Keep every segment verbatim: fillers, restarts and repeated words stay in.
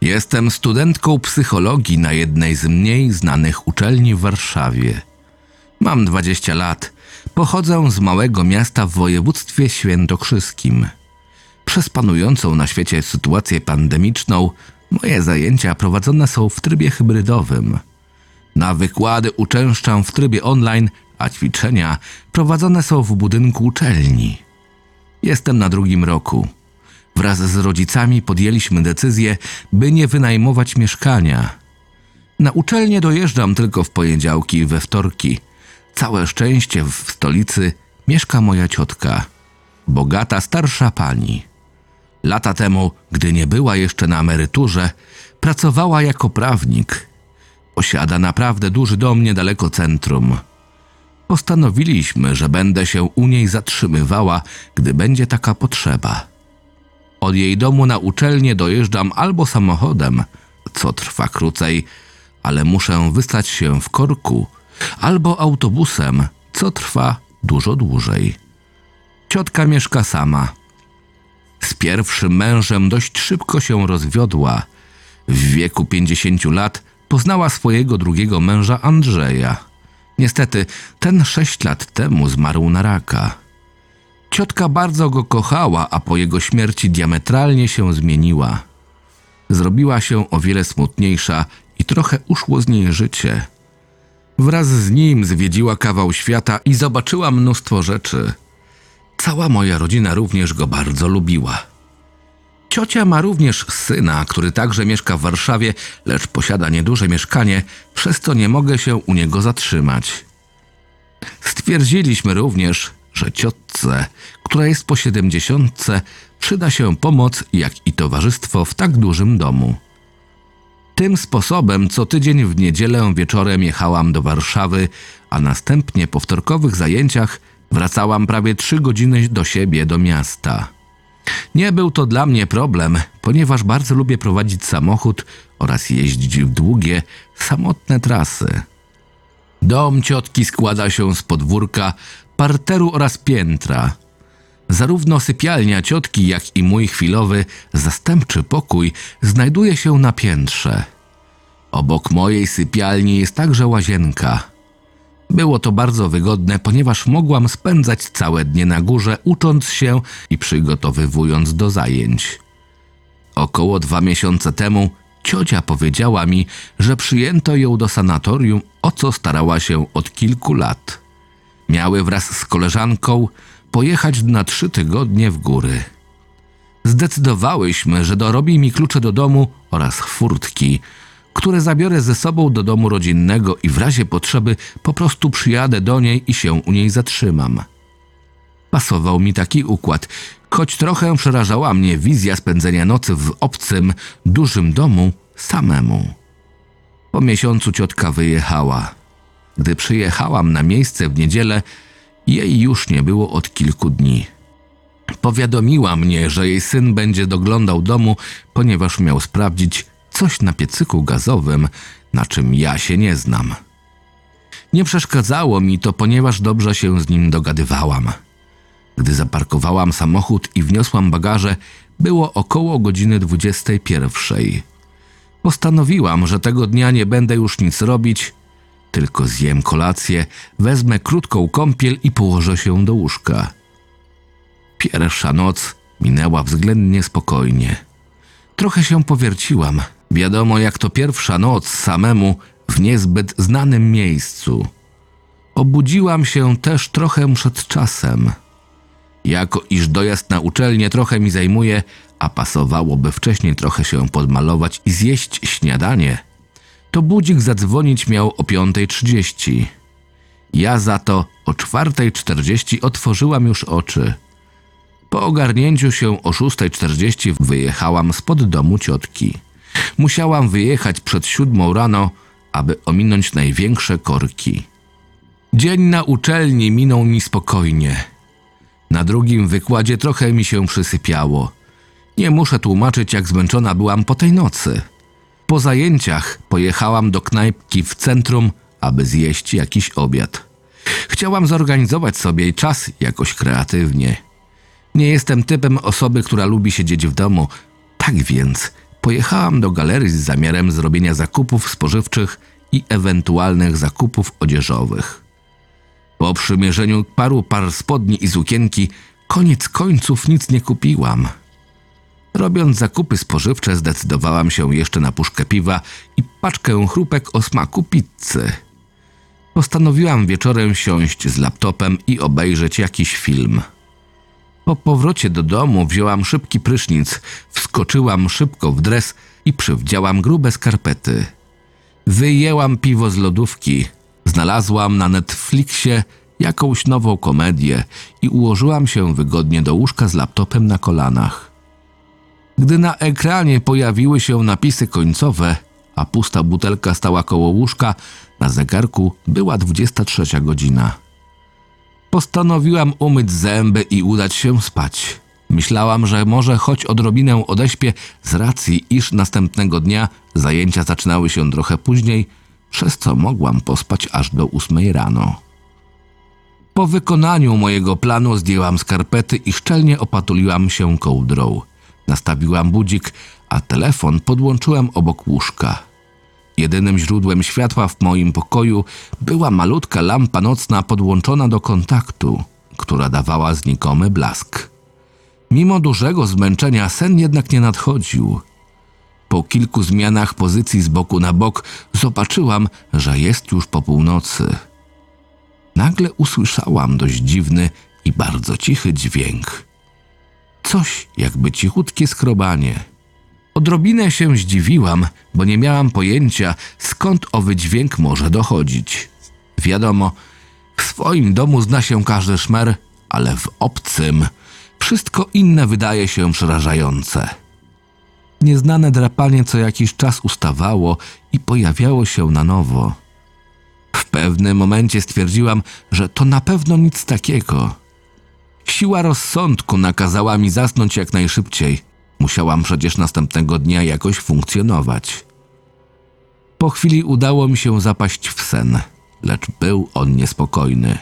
Jestem studentką psychologii na jednej z mniej znanych uczelni w Warszawie. Mam dwadzieścia lat. Pochodzę z małego miasta w województwie świętokrzyskim. Przez panującą na świecie sytuację pandemiczną moje zajęcia prowadzone są w trybie hybrydowym. Na wykłady uczęszczam w trybie online, a ćwiczenia prowadzone są w budynku uczelni. Jestem na drugim roku. Wraz z rodzicami podjęliśmy decyzję, by nie wynajmować mieszkania. Na uczelnię dojeżdżam tylko w poniedziałki i we wtorki. Całe szczęście w stolicy mieszka moja ciotka, bogata starsza pani. Lata temu, gdy nie była jeszcze na emeryturze, pracowała jako prawnik. Posiada naprawdę duży dom niedaleko centrum. Postanowiliśmy, że będę się u niej zatrzymywała, gdy będzie taka potrzeba. Od jej domu na uczelnię dojeżdżam albo samochodem, co trwa krócej, ale muszę wystać się w korku, albo autobusem, co trwa dużo dłużej. Ciotka mieszka sama. Z pierwszym mężem dość szybko się rozwiodła. W wieku pięćdziesięciu lat poznała swojego drugiego męża Andrzeja. Niestety, ten sześć lat temu zmarł na raka. Ciotka bardzo go kochała, a po jego śmierci diametralnie się zmieniła. Zrobiła się o wiele smutniejsza i trochę uszło z niej życie. Wraz z nim zwiedziła kawał świata i zobaczyła mnóstwo rzeczy. Cała moja rodzina również go bardzo lubiła. Ciocia ma również syna, który także mieszka w Warszawie, lecz posiada nieduże mieszkanie, przez co nie mogę się u niego zatrzymać. Stwierdziliśmy również, że ciotce, która jest po siedemdziesiątce, przyda się pomoc, jak i towarzystwo w tak dużym domu. Tym sposobem co tydzień w niedzielę wieczorem jechałam do Warszawy, a następnie po wtorkowych zajęciach wracałam prawie trzy godziny do siebie, do miasta. Nie był to dla mnie problem, ponieważ bardzo lubię prowadzić samochód oraz jeździć w długie, samotne trasy. Dom ciotki składa się z podwórka, parteru oraz piętra. Zarówno sypialnia ciotki, jak i mój chwilowy, zastępczy pokój znajduje się na piętrze. Obok mojej sypialni jest także łazienka. Było to bardzo wygodne, ponieważ mogłam spędzać całe dnie na górze, ucząc się i przygotowywując do zajęć. Około dwa miesiące temu ciocia powiedziała mi, że przyjęto ją do sanatorium, o co starała się od kilku lat. Miały wraz z koleżanką pojechać na trzy tygodnie w góry. Zdecydowałyśmy, że dorobi mi klucze do domu oraz furtki, które zabiorę ze sobą do domu rodzinnego i w razie potrzeby po prostu przyjadę do niej i się u niej zatrzymam. Pasował mi taki układ, choć trochę przerażała mnie wizja spędzenia nocy w obcym, dużym domu samemu. Po miesiącu ciotka wyjechała. Gdy przyjechałam na miejsce w niedzielę, jej już nie było od kilku dni. Powiadomiła mnie, że jej syn będzie doglądał domu, ponieważ miał sprawdzić coś na piecyku gazowym, na czym ja się nie znam. Nie przeszkadzało mi to, ponieważ dobrze się z nim dogadywałam. Gdy zaparkowałam samochód i wniosłam bagaże, było około godziny dwudziestej pierwszej. Postanowiłam, że tego dnia nie będę już nic robić, tylko zjem kolację, wezmę krótką kąpiel i położę się do łóżka. Pierwsza noc minęła względnie spokojnie. Trochę się powierciłam. Wiadomo, jak to pierwsza noc samemu w niezbyt znanym miejscu. Obudziłam się też trochę przed czasem. Jako iż dojazd na uczelnię trochę mi zajmuje, a pasowałoby wcześniej trochę się podmalować i zjeść śniadanie, to budzik zadzwonić miał o piątej trzydzieści. Ja za to o czwartej czterdzieści otworzyłam już oczy. Po ogarnięciu się o szóstej czterdzieści wyjechałam spod domu ciotki. Musiałam wyjechać przed siódmą rano, aby ominąć największe korki. Dzień na uczelni minął mi spokojnie. Na drugim wykładzie trochę mi się przysypiało. Nie muszę tłumaczyć, jak zmęczona byłam po tej nocy. Po zajęciach pojechałam do knajpki w centrum, aby zjeść jakiś obiad. Chciałam zorganizować sobie czas jakoś kreatywnie. Nie jestem typem osoby, która lubi siedzieć w domu, tak więc Pojechałam do galerii z zamiarem zrobienia zakupów spożywczych i ewentualnych zakupów odzieżowych. Po przymierzeniu paru par spodni i sukienki koniec końców nic nie kupiłam. Robiąc zakupy spożywcze, zdecydowałam się jeszcze na puszkę piwa i paczkę chrupek o smaku pizzy. Postanowiłam wieczorem siąść z laptopem i obejrzeć jakiś film. Po powrocie do domu wzięłam szybki prysznic, wskoczyłam szybko w dres i przywdziałam grube skarpety. Wyjęłam piwo z lodówki, znalazłam na Netflixie jakąś nową komedię i ułożyłam się wygodnie do łóżka z laptopem na kolanach. Gdy na ekranie pojawiły się napisy końcowe, a pusta butelka stała koło łóżka, na zegarku była dwudziesta trzecia godzina. Postanowiłam umyć zęby i udać się spać. Myślałam, że może choć odrobinę odeśpię z racji, iż następnego dnia zajęcia zaczynały się trochę później, przez co mogłam pospać aż do ósmej rano. Po wykonaniu mojego planu zdjęłam skarpety i szczelnie opatuliłam się kołdrą. Nastawiłam budzik, a telefon podłączyłem obok łóżka. Jedynym źródłem światła w moim pokoju była malutka lampa nocna podłączona do kontaktu, która dawała znikomy blask. Mimo dużego zmęczenia sen jednak nie nadchodził. Po kilku zmianach pozycji z boku na bok zobaczyłam, że jest już po północy. Nagle usłyszałam dość dziwny i bardzo cichy dźwięk. Coś jakby cichutkie skrobanie. Odrobinę się zdziwiłam, bo nie miałam pojęcia, skąd owy dźwięk może dochodzić. Wiadomo, w swoim domu zna się każdy szmer, ale w obcym wszystko inne wydaje się przerażające. Nieznane drapanie co jakiś czas ustawało i pojawiało się na nowo. W pewnym momencie stwierdziłam, że to na pewno nic takiego. Siła rozsądku nakazała mi zasnąć jak najszybciej. Musiałam przecież następnego dnia jakoś funkcjonować. Po chwili udało mi się zapaść w sen, lecz był on niespokojny.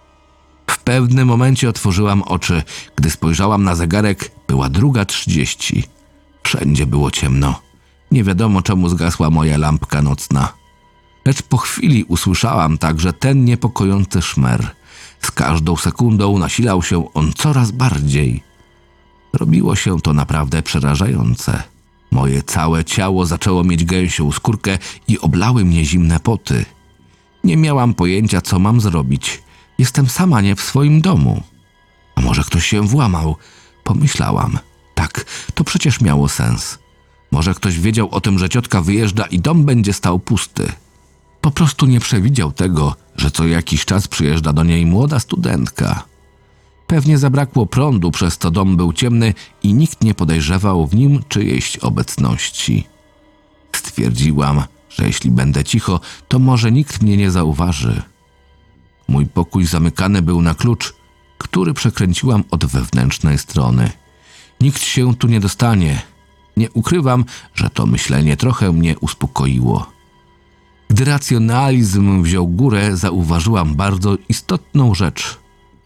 W pewnym momencie otworzyłam oczy. Gdy spojrzałam na zegarek, była druga trzydzieści. Wszędzie było ciemno. Nie wiadomo czemu zgasła moja lampka nocna. Lecz po chwili usłyszałam także ten niepokojący szmer. Z każdą sekundą nasilał się on coraz bardziej. Robiło się to naprawdę przerażające. Moje całe ciało zaczęło mieć gęsią skórkę i oblały mnie zimne poty. Nie miałam pojęcia, co mam zrobić. Jestem sama nie w swoim domu. A może ktoś się włamał? Pomyślałam. Tak, to przecież miało sens. Może ktoś wiedział o tym, że ciotka wyjeżdża i dom będzie stał pusty. Po prostu nie przewidział tego, że co jakiś czas przyjeżdża do niej młoda studentka. Pewnie zabrakło prądu, przez co dom był ciemny i nikt nie podejrzewał w nim czyjejś obecności. Stwierdziłam, że jeśli będę cicho, to może nikt mnie nie zauważy. Mój pokój zamykany był na klucz, który przekręciłam od wewnętrznej strony. Nikt się tu nie dostanie. Nie ukrywam, że to myślenie trochę mnie uspokoiło. Gdy racjonalizm wziął górę, zauważyłam bardzo istotną rzecz.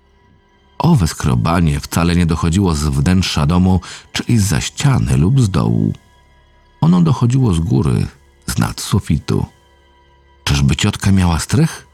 Owe skrobanie wcale nie dochodziło z wnętrza domu, czyli zza ściany lub z dołu. Ono dochodziło z góry, z nad sufitu. Czyżby ciotka miała strych?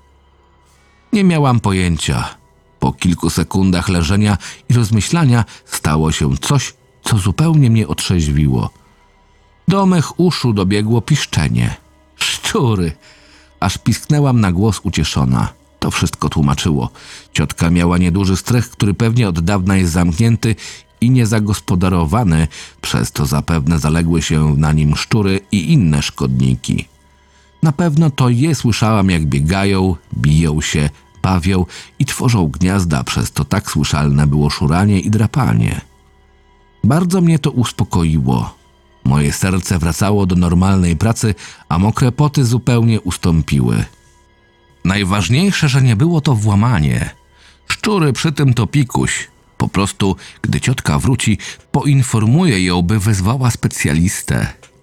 Nie miałam pojęcia. Po kilku sekundach leżenia i rozmyślania stało się coś, co zupełnie mnie otrzeźwiło. Do mych uszu dobiegło piszczenie. Szczury! Aż pisknęłam na głos ucieszona. To wszystko tłumaczyło. Ciotka miała nieduży strych, który pewnie od dawna jest zamknięty i niezagospodarowany, przez to zapewne zaległy się na nim szczury i inne szkodniki. Na pewno to je słyszałam, jak biegają, biją się, bawią i tworzą gniazda, przez to tak słyszalne było szuranie i drapanie. Bardzo mnie to uspokoiło. Moje serce wracało do normalnej pracy, a mokre poty zupełnie ustąpiły. Najważniejsze, że nie było to włamanie. Szczury przy tym to pikuś. Po prostu, gdy ciotka wróci, poinformuję ją, by wezwała specjalistę.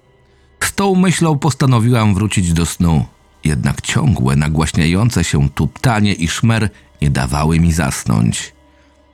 Z tą myślą postanowiłam wrócić do snu. Jednak ciągłe, nagłaśniające się tuptanie i szmer nie dawały mi zasnąć.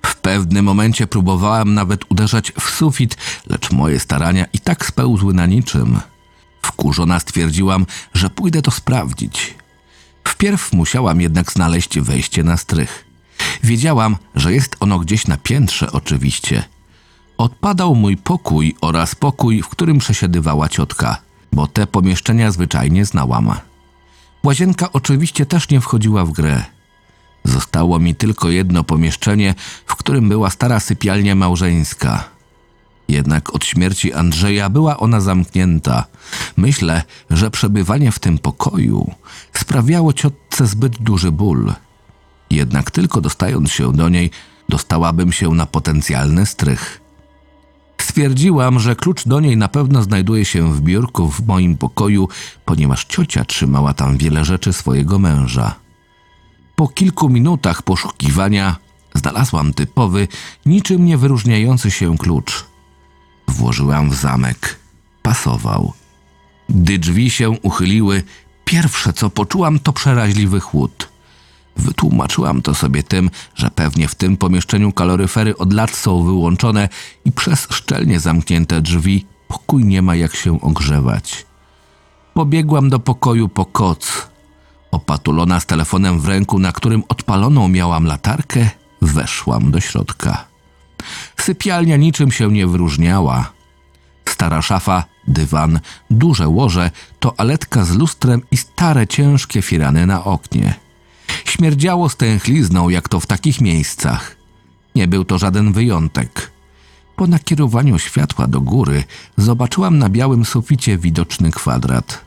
W pewnym momencie próbowałam nawet uderzać w sufit, lecz moje starania i tak spełzły na niczym. Wkurzona stwierdziłam, że pójdę to sprawdzić. Wpierw musiałam jednak znaleźć wejście na strych. Wiedziałam, że jest ono gdzieś na piętrze oczywiście. Odpadał mój pokój oraz pokój, w którym przesiadywała ciotka, bo te pomieszczenia zwyczajnie znałam. Łazienka oczywiście też nie wchodziła w grę. Zostało mi tylko jedno pomieszczenie, w którym była stara sypialnia małżeńska. Jednak od śmierci Andrzeja była ona zamknięta. Myślę, że przebywanie w tym pokoju sprawiało ciotce zbyt duży ból. Jednak tylko dostając się do niej, dostałabym się na potencjalny strych. Stwierdziłam, że klucz do niej na pewno znajduje się w biurku w moim pokoju, ponieważ ciocia trzymała tam wiele rzeczy swojego męża. Po kilku minutach poszukiwania znalazłam typowy, niczym nie wyróżniający się klucz. Włożyłam w zamek. Pasował. Gdy drzwi się uchyliły, pierwsze co poczułam to przeraźliwy chłód. Wytłumaczyłam to sobie tym, że pewnie w tym pomieszczeniu kaloryfery od lat są wyłączone i przez szczelnie zamknięte drzwi pokój nie ma jak się ogrzewać. Pobiegłam do pokoju po koc. Opatulona z telefonem w ręku, na którym odpaloną miałam latarkę, weszłam do środka. Sypialnia niczym się nie wyróżniała. Stara szafa, dywan, duże łoże, toaletka z lustrem i stare ciężkie firany na oknie. Śmierdziało stęchlizną, jak to w takich miejscach. Nie był to żaden wyjątek. Po nakierowaniu światła do góry zobaczyłam na białym suficie widoczny kwadrat.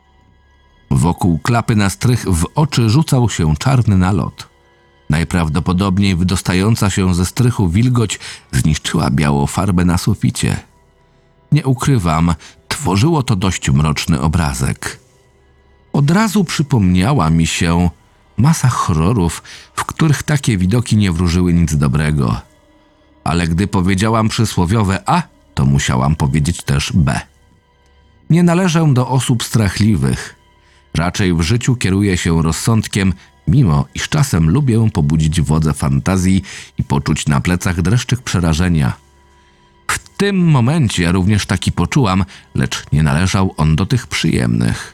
Wokół klapy na strych w oczy rzucał się czarny nalot. Najprawdopodobniej wydostająca się ze strychu wilgoć zniszczyła białą farbę na suficie. Nie ukrywam, tworzyło to dość mroczny obrazek. Od razu przypomniała mi się masa horrorów, w których takie widoki nie wróżyły nic dobrego. Ale gdy powiedziałam przysłowiowe A, to musiałam powiedzieć też B. Nie należę do osób strachliwych. Raczej w życiu kieruję się rozsądkiem, mimo iż czasem lubię pobudzić wodze fantazji i poczuć na plecach dreszczyk przerażenia. W tym momencie również taki poczułam, lecz nie należał on do tych przyjemnych.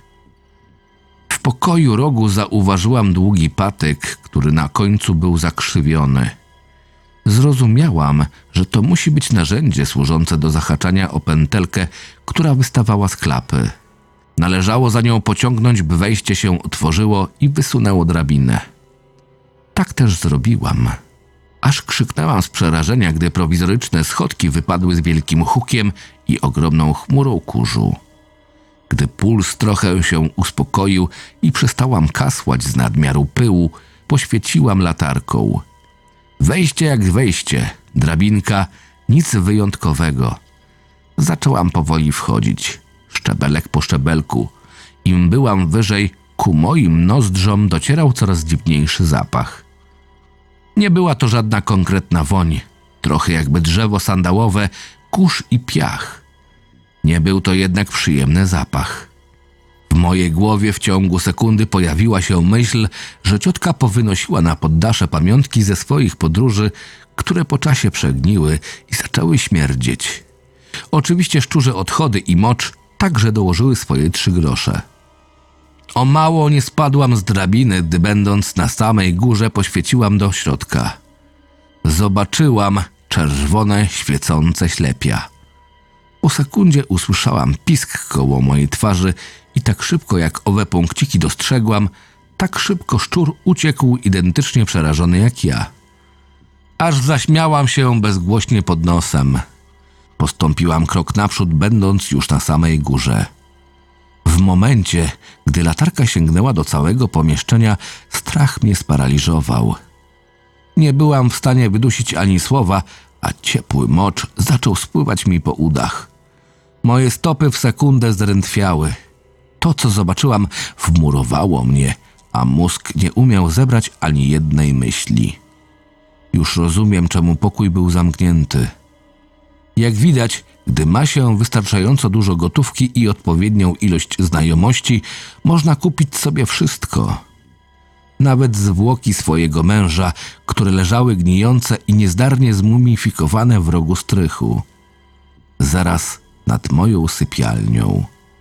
W pokoju rogu zauważyłam długi patyk, który na końcu był zakrzywiony. Zrozumiałam, że to musi być narzędzie służące do zahaczania o pętelkę, która wystawała z klapy. Należało za nią pociągnąć, by wejście się otworzyło i wysunęło drabinę. Tak też zrobiłam. Aż krzyknęłam z przerażenia, gdy prowizoryczne schodki wypadły z wielkim hukiem i ogromną chmurą kurzu. Gdy puls trochę się uspokoił i przestałam kasłać z nadmiaru pyłu, poświeciłam latarką. Wejście jak wejście, drabinka, nic wyjątkowego. Zaczęłam powoli wchodzić, szczebelek po szczebelku. Im byłam wyżej, ku moim nozdrzom docierał coraz dziwniejszy zapach. Nie była to żadna konkretna woń, trochę jakby drzewo sandałowe, kurz i piach. Nie był to jednak przyjemny zapach. W mojej głowie w ciągu sekundy pojawiła się myśl, że ciotka powynosiła na poddasze pamiątki ze swoich podróży, które po czasie przegniły i zaczęły śmierdzieć. Oczywiście szczurze odchody i mocz także dołożyły swoje trzy grosze. O mało nie spadłam z drabiny, gdy będąc na samej górze poświeciłam do środka. Zobaczyłam czerwone, świecące ślepia. Po sekundzie usłyszałam pisk koło mojej twarzy i tak szybko jak owe punkciki dostrzegłam, tak szybko szczur uciekł identycznie przerażony jak ja. Aż zaśmiałam się bezgłośnie pod nosem. Postąpiłam krok naprzód, będąc już na samej górze. W momencie, gdy latarka sięgnęła do całego pomieszczenia, strach mnie sparaliżował. Nie byłam w stanie wydusić ani słowa, a ciepły mocz zaczął spływać mi po udach. Moje stopy w sekundę zdrętwiały. To, co zobaczyłam, wmurowało mnie, a mózg nie umiał zebrać ani jednej myśli. Już rozumiem, czemu pokój był zamknięty. Jak widać, gdy ma się wystarczająco dużo gotówki i odpowiednią ilość znajomości, można kupić sobie wszystko. nawet zwłoki swojego męża, które leżały gnijące i niezdarnie zmumifikowane w rogu strychu, zaraz nad moją sypialnią.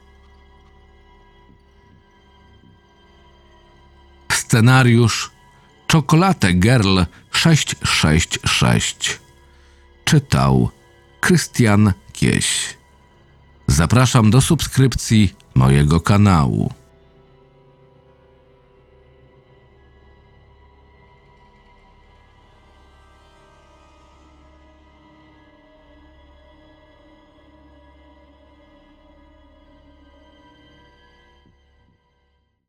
Scenariusz Czokolate Girl sześć sześć sześć. Czytał Krystian Kieś. Zapraszam do subskrypcji mojego kanału.